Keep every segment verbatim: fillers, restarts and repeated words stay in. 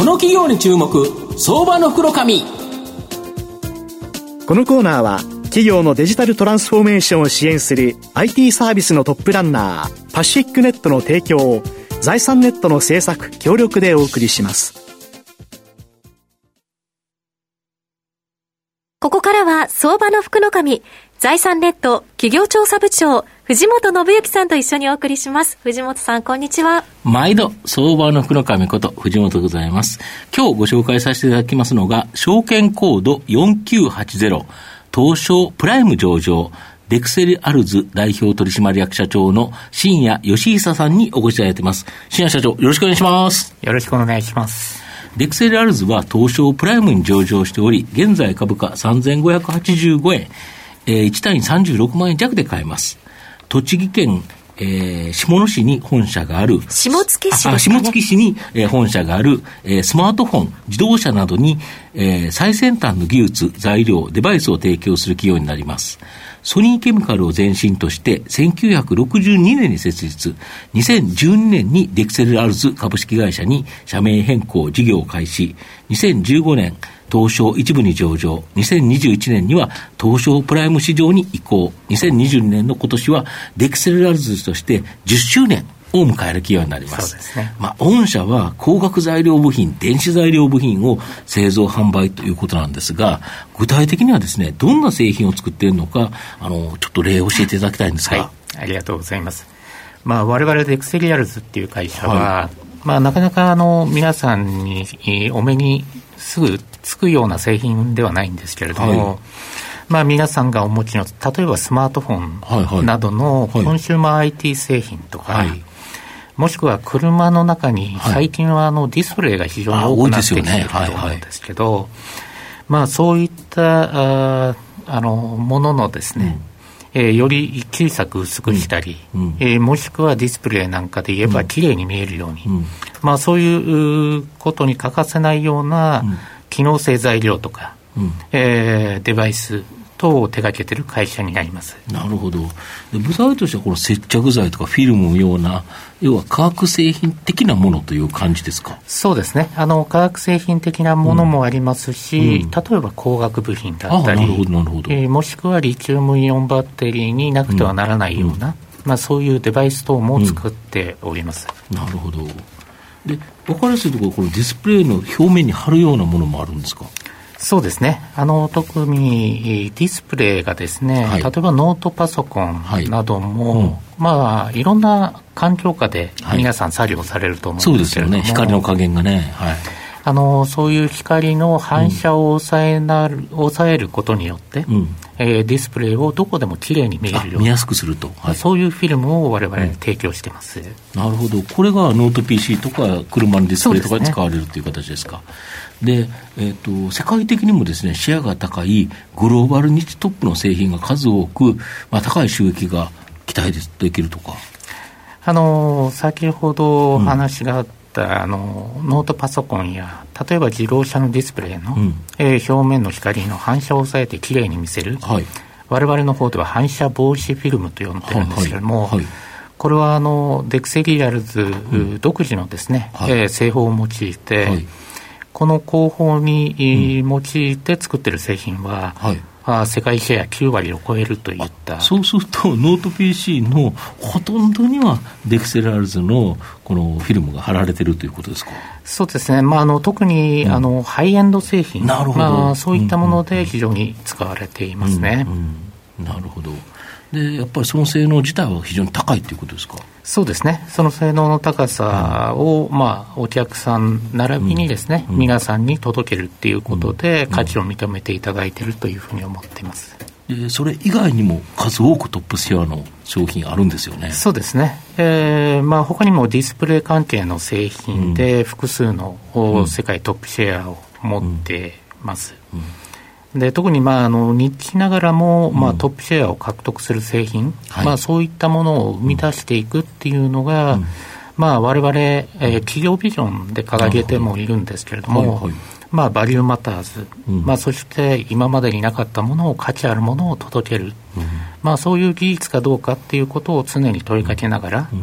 この企業に注目、相場の袋紙。 このコーナーは企業のデジタルトランスフォーメーションを支援する アイティー サービスのトップランナーパシフィックネットの提供を財産ネットの制作協力でお送りします。 ここからは相場の福の神、財産ネット企業調査部長藤本信之さんと一緒にお送りします。藤本さん、こんにちは。 毎度相場の福の神こと藤本でございます。今日ご紹介させていただきますのが、証券コードよんきゅうはちゼロ東証プライム上場デクセルアルズ代表取締役社長の新谷義久さんにお越しいただいています。新谷社長、よろしくお願いします。 よろしくお願いします。 デクセルアルズは東証プライムに上場しており、現在株価さんぜんごひゃくはちじゅうごえん、えー、いち単位さんじゅうろくまんえん弱で買えます。栃木県、えー、下野市に本社がある下野市ですね。 下野市に、えー、本社がある、えー、スマートフォン、自動車などに、えー、最先端の技術、材料、デバイスを提供する企業になります。ソニーケミカルを前身としてせんきゅうひゃくろくじゅうにねんに設立、にせんじゅうにねんにデクセルアルズ株式会社に社名変更事業を開始、にせんじゅうごねん東証一部に上場、にせんにじゅういちねんには東証プライム市場に移行、にせんにじゅうにねんの今年はデクセルアルズとしてじゅっしゅうねんを迎える企業になります。 そうですね。 まあ、御社は光学材料部品、電子材料部品を製造販売ということなんですが、具体的にはですね、どんな製品を作っているのか、あのちょっと例を教えていただきたいんですが。 はい、ありがとうございます。まあ、我々デクセリアルズっていう会社は、はい、まあ、なかなかあの皆さんにお目にすぐつくような製品ではないんですけれども、はい、まあ、皆さんがお持ちの例えばスマートフォンなどのコンシューマー アイティー 製品とか、はいはい、もしくは車の中に最近はあのディスプレイが非常に多くなってきていると思うんですけど、まあ、そういったああのもののですね、うん、えー、より小さく薄くしたり、うん、えー、もしくはディスプレイなんかで言えばきれいに見えるように、うん、まあ、そういうことに欠かせないような機能性材料とか、うん、えー、デバイス等を手掛けている会社になります。 なるほど。で、部材としてはこの接着剤とかフィルムのような、要は化学製品的なものという感じですか？ そうですね。あの化学製品的なものもありますし、うんうん、例えば光学部品だったり、 なるほどなるほど、 えー、もしくはリチウムイオンバッテリーになくてはならないような、うん、まあ、そういうデバイス等も作っております。 うん、なるほど。で、分かりやすいところ、このディスプレイの表面に貼るようなものもあるんですか？ そうですね。あの特にディスプレイがですね、はい、例えばノートパソコンなども、はい、うん、まあ、いろんな環境下で皆さん作業されると思うんですけれども、 はい、そうですよね。光の加減がね、はい、 あのそういう光の反射を抑えなる、うん、抑えることによって、うん、えー、ディスプレイをどこでもきれいに見えるように、 見やすくすると、 はい、そういうフィルムを我々提供してます。うん、 なるほど。これがノート ピーシー とか車のディスプレイとかに使われるという形ですか？で、えーと、世界的にもですね、シェアが高いグローバルニッチトップの製品が数多く、まあ、高い収益が期待できるとか。 あの先ほど話があった、うん、あのノートパソコンや例えば自動車のディスプレイの、うん、えー、表面の光の反射を抑えてきれいに見せる、はい、我々の方では反射防止フィルムと呼んでるんですけれども、はいはいはい、これはあのデクセリアルズ、うん、独自のですね、はい、えー、製法を用いて、はい、この工法に、うん、用いて作っている製品は、はい、あ世界シェアきゅうわりを超えるといった。 そうするとノート ピーシー のほとんどにはデクセルアルズのこのフィルムが貼られているということですか？ そうですね、まあ、あの特に、うん、あのハイエンド製品、 なるほど、 まあ、そういったもので非常に使われていますね。 うんうんうん、なるほど。で、やっぱりその性能自体は非常に高いということですか？ そうですね。その性能の高さを、うん、まあ、お客さん並びにですね、うん、皆さんに届けるっていうことで、うん、価値を認めていただいているというふうに思っています。 で、それ以外にも数多くトップシェアの商品あるんですよね？ そうですね。えーまあ、他にもディスプレイ関係の製品で複数の、うん、世界トップシェアを持ってます。うんうん、で特に、まあ、あのニッチながらも、まあ、トップシェアを獲得する製品、はい、まあ、そういったものを生み出していくっていうのが、うん、まあ、我々、えー、企業ビジョンで掲げてもいるんですけれども、はいはい、まあ、バリューマターズ、うん、まあ、そして今までになかったものを価値あるものを届ける、うん、まあ、そういう技術かどうかっていうことを常に問いかけながら、うん、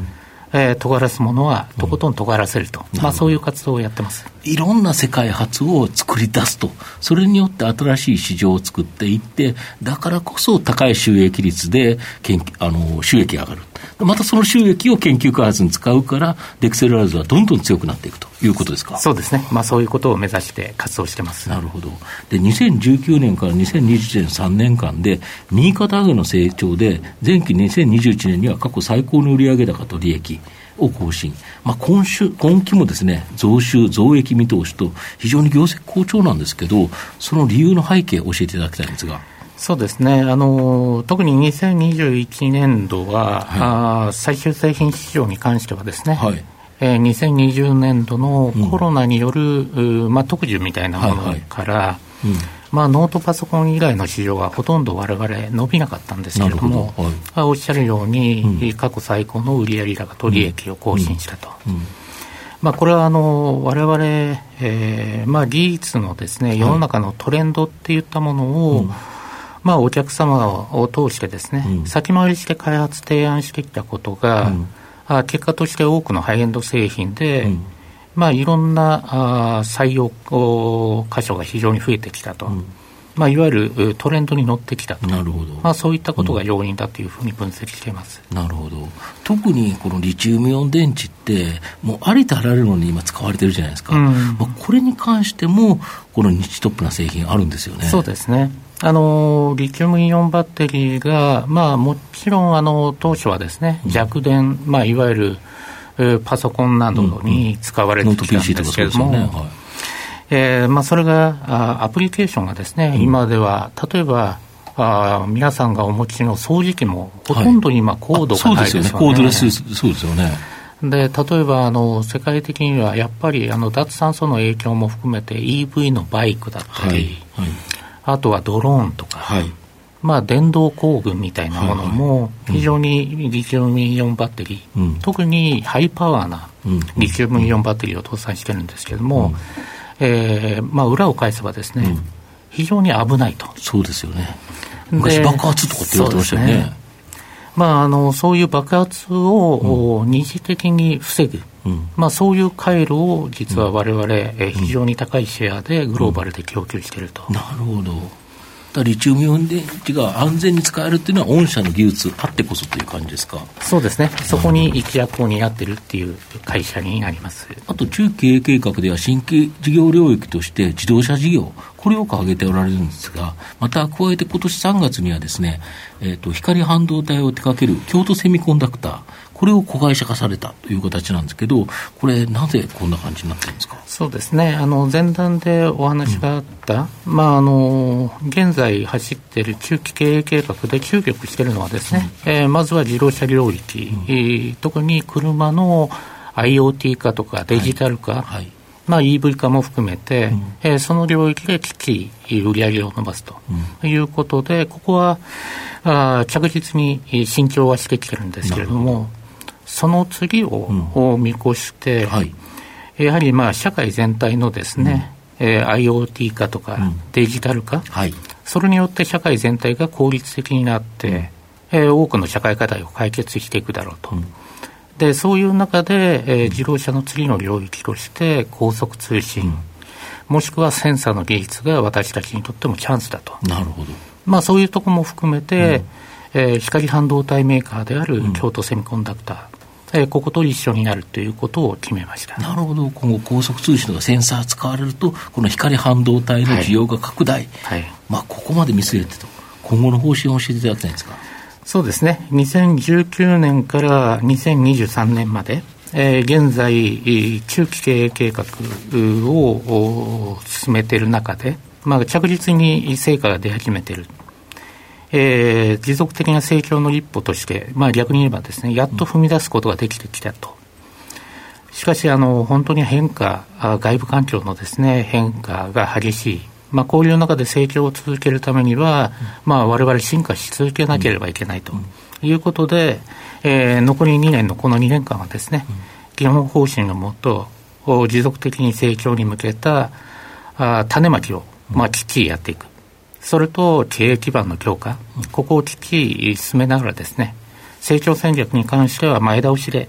えー、尖らすものはとことん尖らせると、うんまあ、そういう活動をやってます。 いろんな世界初を作り出すと、それによって新しい市場を作っていって、だからこそ高い収益率で研あの収益が上がる。またその収益を研究開発に使うからデクセルラーズはどんどん強くなっていくということですか。 そうですね、まあ、そういうことを目指して活動してます。 なるほど。でにせんじゅうきゅうねんからにせんにじゅういちねんさんねんかんで右肩上げの成長で、前期にせんにじゅういちねんには過去最高の売上高と利益を更新、まあ、今週今期もですね増収増益見通しと非常に業績好調なんですけど、その理由の背景を教えていただきたいんですが。 そうですね、あの特ににせんにじゅういちねんどは、はい、あ最終製品市場に関してはですね、はいえー、にせんにじゅうねんどのコロナによる、うんまあ、特需みたいなものから、はいはいうんまあ、ノートパソコン以外の市場はほとんど我々伸びなかったんですけれども、はい、おっしゃるように、うん、過去最高の売上高と利益を更新したと、うんうんまあ、これはあの我々、えーまあ、技術のですね、世の中のトレンドっていったものを、うんまあ、お客様を通してですね、うん、先回りして開発提案してきたことが、うん、あ結果として多くのハイエンド製品で、うんまあ、いろんなあ採用箇所が非常に増えてきたと、うんまあ、いわゆるトレンドに乗ってきたと。 なるほど、 まあ、そういったことが要因だというふうに分析しています、 うん、なるほど。特にこのリチウムイオン電池ってもうありとあらゆるのに今使われてるじゃないですか、うんまあ、これに関してもこのニッチトップな製品あるんですよね。 そうですね、あのリチウムイオンバッテリーが、まあ、もちろんあの当初はですね、うん、弱電、まあ、いわゆるパソコンなどに使われてきたんですけれども、えーまあ、それがあアプリケーションがですね、うん、今では例えばあ皆さんがお持ちの掃除機もほとんど今コードがないですよね、はい、 コードレスそうですよね。 で例えばあの世界的にはやっぱりあの脱炭素の影響も含めて イーブイ のバイクだったり、はいはい、あとはドローンとか、はいまあ、電動工具みたいなものも非常にリチウムイオンバッテリー、うん、特にハイパワーなリチウムイオンバッテリーを搭載してるんですけれども、うんえーまあ、裏を返せばですね、うん、非常に危ないと。 そうですよね。昔爆発とかって言われてましたよね。そうですね、 まあ、あのそういう爆発を、うん、二次的に防ぐ、うんまあ、そういう回路を実は我々、うんえー、非常に高いシェアでグローバルで供給していると、 うん、なるほど。リチウムイオン電池が安全に使えるっていうのは御社の技術あってこそという感じですか。 そうですね、そこに一役を担っているっていう会社になります。 あと中期経営計画では新規事業領域として自動車事業、これを掲げておられるんですが、また加えて今年さんがつにはですね、えーと、光半導体を手掛ける京都セミコンダクター、これを子会社化されたという形なんですけど、これなぜこんな感じになってるんですか。 そうですね、あの前段でお話があった、うんまあ、あの現在走っている中期経営計画で注力しているのはですね、うんえー、まずは自動車領域、うんえー、特に車の IoT 化とかデジタル化、はいはいまあ、イーブイ 化も含めて、うんえー、その領域で機器売り上げを伸ばすということで、うん、ここはあ着実に慎重はしてきてるんですけれども、その次を、うん、見越して、はい、やはりまあ社会全体のですね、うんえー、IoT 化とか、うん、デジタル化、はい、それによって社会全体が効率的になって、うんえー、多くの社会課題を解決していくだろうと、うん、でそういう中で、えー、自動車の次の領域として高速通信、うん、もしくはセンサーの技術が私たちにとってもチャンスだと。 なるほど、 まあ、そういうところも含めて、うんえー、光半導体メーカーである京都セミコンダクター、うんえー、ここと一緒になるということを決めました。 なるほど。今後高速通信とかセンサー使われるとこの光半導体の需要が拡大、はいはいまあ、ここまで見据えてと今後の方針を教えていただきたいんですか。 そうですね、にせんじゅうきゅうねんからにせんにじゅうさんねんまで、えー、現在中期経営計画を進めている中で、まあ、着実に成果が出始めている、えー、持続的な成長の一歩として、まあ、逆に言えばですね、やっと踏み出すことができてきたと。しかしあの本当に変化、外部環境のですね変化が激しい、まあ、こういう中で成長を続けるためには、うんまあ、我々進化し続けなければいけないということで、えー、残りにねんのこのにねんかんはですね、うん、基本方針のもと持続的に成長に向けたあ種まきを、まあ、きっちりやっていく、それと経営基盤の強化、ここをきっちり進めながらですね、成長戦略に関しては前倒しで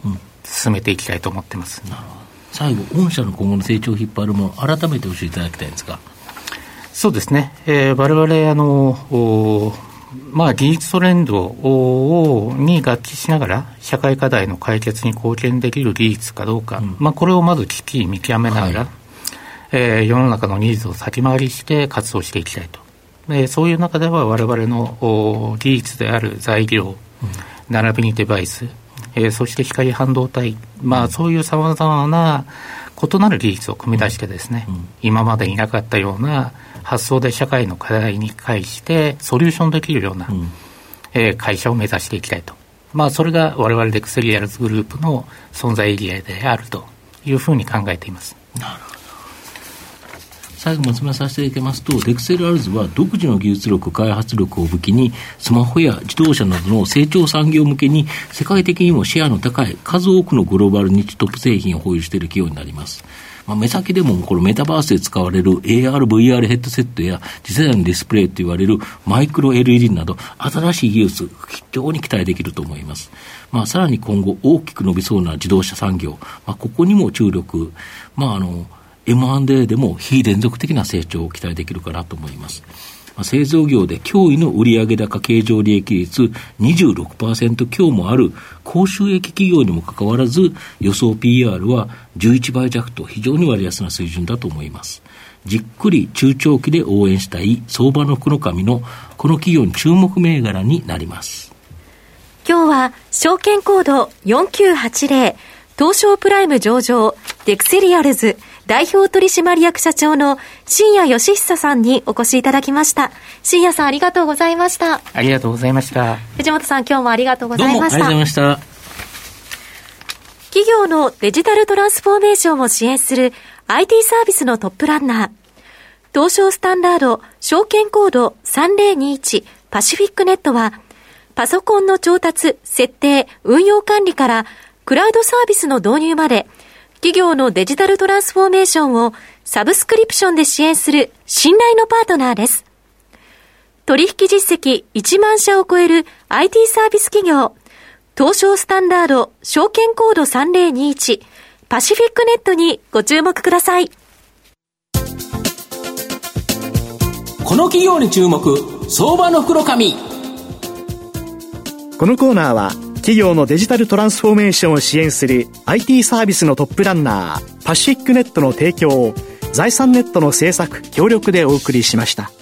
進めていきたいと思ってます。 なるほど。最後、御社の今後の成長を引っ張るもの、改めて教えていただきたいんですが。 そうですね、えー、我々あのまあ、技術トレンドに合致しながら社会課題の解決に貢献できる技術かどうか、うん、まあ、これをまずきっちり見極めながら、はい、えー、世の中のニーズを先回りして活動していきたいと。でそういう中では我々の技術である材料、うん、並びにデバイス、えー、そして光半導体、まあ、そういうさまざまな異なる技術を組み出してですね、うんうん、今までいなかったような発想で社会の課題に対してソリューションできるような、うん、えー、会社を目指していきたいと、まあ、それが我々デクセリアルズグループの存在意義であるというふうに考えています。 なるほど。最後まとめさせていただきますと、デクセリアルズは独自の技術力、開発力を武器にスマホや自動車などの成長産業向けに世界的にもシェアの高い数多くのグローバルニッチトップ製品を保有している企業になります。まあ、目先でもこのメタバースで使われる エーアール、ブイアール ヘッドセットや次世代のディスプレイと言われるマイクロ エルイーディー など新しい技術、非常に期待できると思います。まあ、さらに今後大きく伸びそうな自動車産業、まあ、ここにも注力、まあ、あの エムアンドエー でも非連続的な成長を期待できるかなと思います。まあ、製造業で驚異の売上高経常利益率 にじゅうろくパーセント 強もある高収益企業にもかかわらず予想 ピーアール はじゅういちばい弱と非常に割安な水準だと思います。じっくり中長期で応援したい相場の福の神のこの企業に注目銘柄になります。 今日は証券コードよんきゅうはちゼロ東証プライム上場デクセリアルズ代表取締役社長の新谷義久さんにお越しいただきました。新谷さん、ありがとうございました。 ありがとうございました。 藤本さん、今日もありがとうございました。 どうもありがとうございました。 企業のデジタルトランスフォーメーションを支援する アイティー サービスのトップランナー、東証スタンダード証券コードさんぜろにいちパシフィックネットは、パソコンの調達、設定、運用管理からクラウドサービスの導入まで、企業のデジタルトランスフォーメーションをサブスクリプションで支援する信頼のパートナーです。取引実績いちまん社を超える アイティー サービス企業、東証スタンダード証券コードさんぜろにいちパシフィックネットにご注目ください。 この企業に注目、相場の袋紙。 このコーナーは企業のデジタルトランスフォーメーションを支援する アイティー サービスのトップランナーパシフィックネットの提供を財産ネットの制作協力でお送りしました。